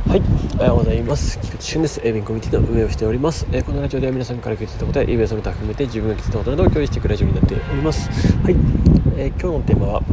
はい、おはようございます。菊池俊です。弁コミュニティの運営をしております。このラジオでは皆さんから聞いていたことや、その他含めて自分が聞いたことなどを共有していくラジオになっております。はい、今日のテーマは、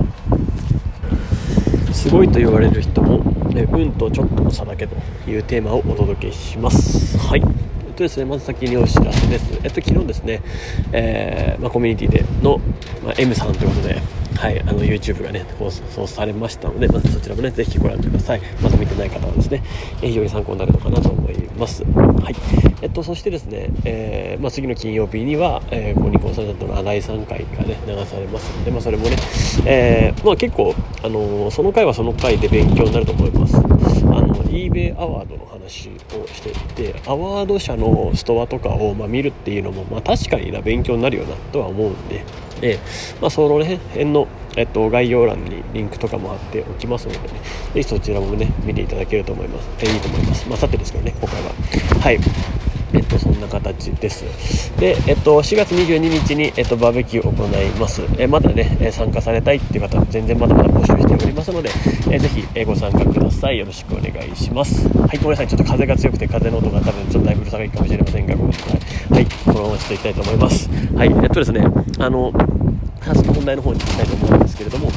すごいと言われる人も、運とちょっとの差だけというテーマをお届けします。はい。ですね、まず先にお知らせです。昨日ですね、コミュニティでの、M さんということで、はい、YouTube がね放送されましたので、まずそちらもねぜひご覧ください。まだ見てない方はですね、非常に参考になるのかなと思います。はい。そしてですね、次の金曜日には、公認コンサルタントの第3回がね流されますので、それもね、結構その回はその回で勉強になると思います。eBay アワードの話をしていて、アワード社のストアとかを見るっていうのも確かに勉強になるよなとは思うんで、その辺の、概要欄にリンクとかも貼っておきますのでね、ぜひそちらもね見ていただけると思います。いいと思います。さてですけどね、今回ははいそんな形です。で、4月22日に、バーベキューを行います。まだね、参加されたいっていう方は全然まだまだ募集しておりますので、ぜひ、ご参加ください。よろしくお願いします。はい、ごめんなさい。ちょっと風が強くて風の音が多分ちょっとだいぶうるさいかもしれませんが、ごめんなさい。はい、このままちょっといきたいと思います。はい、ですね、本題の方に行きたいと思うんですけれども、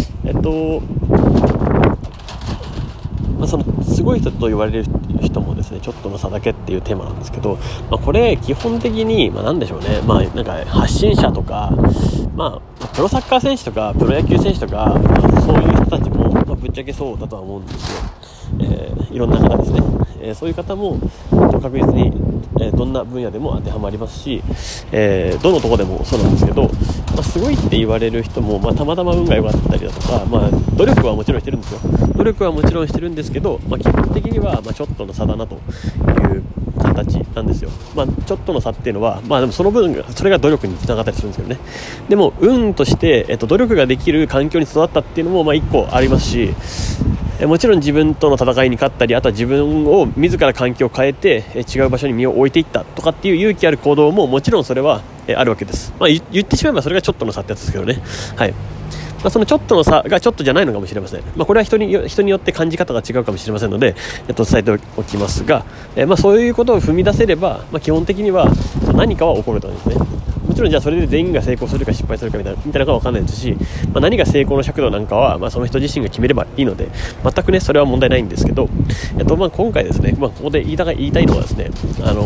そのすごい人と言われる人もですね、ちょっとの差だけっていうテーマなんですけど、これ基本的になんでしょうね、なんか発信者とか、プロサッカー選手とかプロ野球選手とか、そういう人たちも、ぶっちゃけそうだとは思うんですよ。いろんな方ですね、そういう方も確実に、どんな分野でも当てはまりますし、どのとこでもそうなんですけど、すごいって言われる人も、たまたま運が良かったりだとか、努力はもちろんしてるんですよ。努力はもちろんしてるんですけど、基本的には、ちょっとの差だなという形なんですよ。ちょっとの差っていうのは、でもその分それが努力につながったりするんですけどね。でも運として、努力ができる環境に育ったっていうのも一個ありますし、もちろん自分との戦いに勝ったり、あとは自分を自ら環境を変えて違う場所に身を置いていったとかっていう勇気ある行動ももちろんそれはあるわけです。言ってしまえばそれがちょっとの差ってやつですけどね。はい。そのちょっとの差がちょっとじゃないのかもしれません。これは人によって感じ方が違うかもしれませんので、伝えておきますが、そういうことを踏み出せれば、基本的には何かは起こると思うんですね。もちろんじゃあそれで全員が成功するか失敗するかみたいなのが分かんないですし、何が成功の尺度なんかは、その人自身が決めればいいので、全くねそれは問題ないんですけど、今回ですね、ここで言いたいのはですね、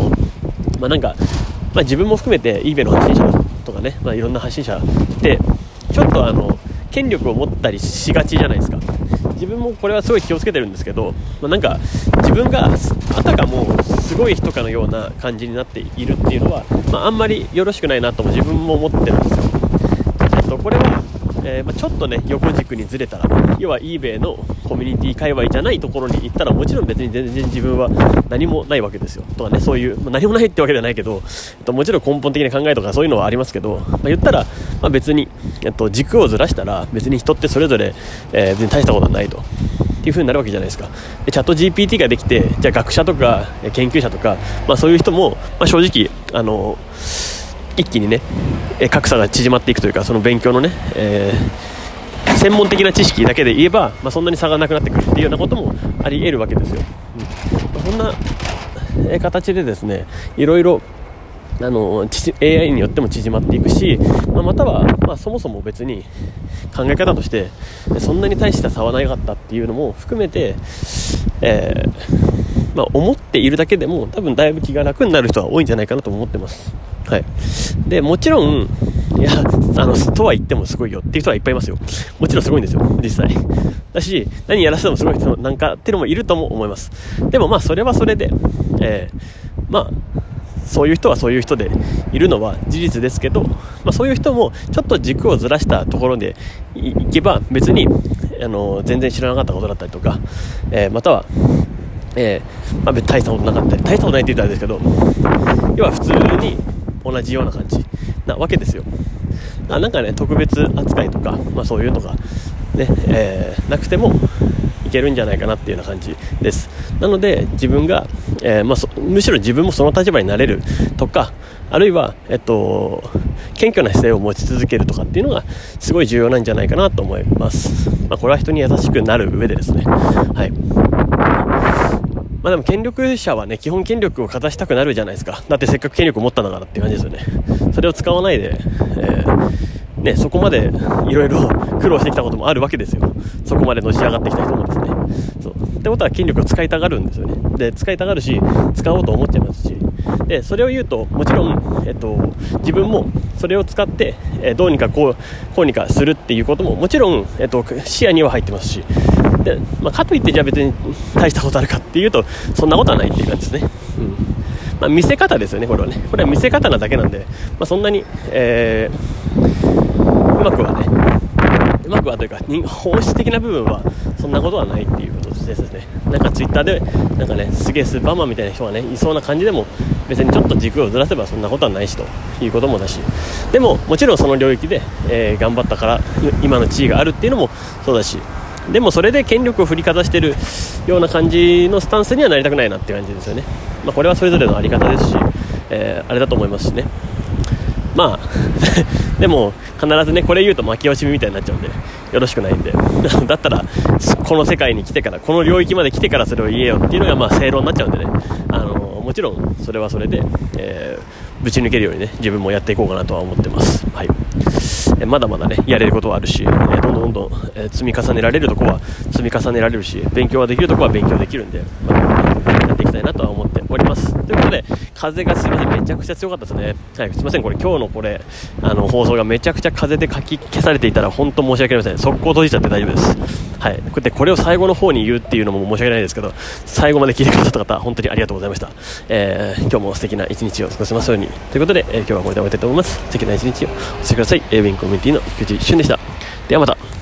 自分も含めて eBay の発信者とかね、いろんな発信者ってちょっと権力を持ったりしがちじゃないですか。自分もこれはすごい気をつけてるんですけど、自分があたかもすごい人かのような感じになっているっていうのは、あんまりよろしくないなとも自分も思ってるんですよ。これは、ちょっとね横軸にずれたら、要は eBay のコミュニティ界隈じゃないところに行ったら、もちろん別に全然自分は何もないわけですよとかね、そういう、何もないってわけではないけど、もちろん根本的な考えとかそういうのはありますけど、言ったら、別に、軸をずらしたら別に人ってそれぞれ、別に大したことはないとっていう風になるわけじゃないですか。でチャット GPT ができて、じゃあ学者とか研究者とか、そういう人も、正直一気にね格差が縮まっていくというか、その勉強のね、専門的な知識だけで言えば、そんなに差がなくなってくるっていうようなこともあり得るわけですよ。そんな形でですね、いろいろAI によっても縮まっていくし、または、そもそも別に考え方としてそんなに大した差はなかったっていうのも含めて、思っているだけでも多分だいぶ気が楽になる人は多いんじゃないかなと思ってます。はい。でもちろんとは言ってもすごいよっていう人はいっぱいいますよ。もちろんすごいんですよ実際だし、何やらせてもすごい人なんかっていうのもいるとも思います。でもそれはそれで、そういう人はそういう人でいるのは事実ですけど、そういう人もちょっと軸をずらしたところでいけば別に全然知らなかったことだったりとか、または、大したことなかったり、大したことないって言ったらですけど、要は普通に同じような感じなわけですよ。特別扱いとか、そういうのがね、なくてもいけるんじゃないかなっていうような感じです。なので自分が、むしろ自分もその立場になれるとか、あるいは、謙虚な姿勢を持ち続けるとかっていうのがすごい重要なんじゃないかなと思います。これは人に優しくなる上でですね。はい。 まあでも権力者はね、基本権力をかざしたくなるじゃないですか。だってせっかく権力を持ったんだからっていう感じですよね。それを使わないで、ね、そこまでいろいろ苦労してきたこともあるわけですよ。そこまでのし上がってきた人もですね。そうってことは権力を使いたがるんですよね。で、使いたがるし、使おうと思っちゃいますし、でそれを言うともちろん、自分もそれを使って、どうにかこうにかするっていうことももちろん、視野には入ってますし、で、かといってじゃあ別に大したことあるかっていうとそんなことはないっていう感じですね。見せ方ですよね、これはね。これは見せ方なだけなんで、そんなに、うまくはというか本質的な部分はそんなことはないっていうことですね。なんかツイッターでなんかね、すげえスーパーマンみたいな人がねいそうな感じでも、別にちょっと軸をずらせばそんなことはないしということもだし、でももちろんその領域で、頑張ったから今の地位があるっていうのもそうだし、でもそれで権力を振りかざしてるような感じのスタンスにはなりたくないなっていう感じですよね。これはそれぞれのあり方ですし、あれだと思いますしね。でも必ずね、これ言うと負け惜しみみたいになっちゃうんでよろしくないんでだったらこの世界に来てから、この領域まで来てからそれを言えよっていうのが正論になっちゃうんでね、もちろんそれはそれで、ぶち抜けるようにね自分もやっていこうかなとは思ってます。はい。まだまだねやれることはあるし、どんどん、積み重ねられるとこは積み重ねられるし、勉強はできるとこは勉強できるんで、やっていきたいなとは思っております。ということで、風がすいません、めちゃくちゃ強かったですね。はい、すいません、これ今日のこれ放送がめちゃくちゃ風でかき消されていたら本当申し訳ありません。速攻閉じちゃって大丈夫です。はい。これを最後の方に言うっていうのも申し訳ないですけど、最後まで聞いてくださった方本当にありがとうございました。今日も素敵な一日を過ごせますようにということで、今日はこれで終わりたいと思います。素敵な一日をお過ごしください。ウィンコミュニティの菊池俊でした。ではまた。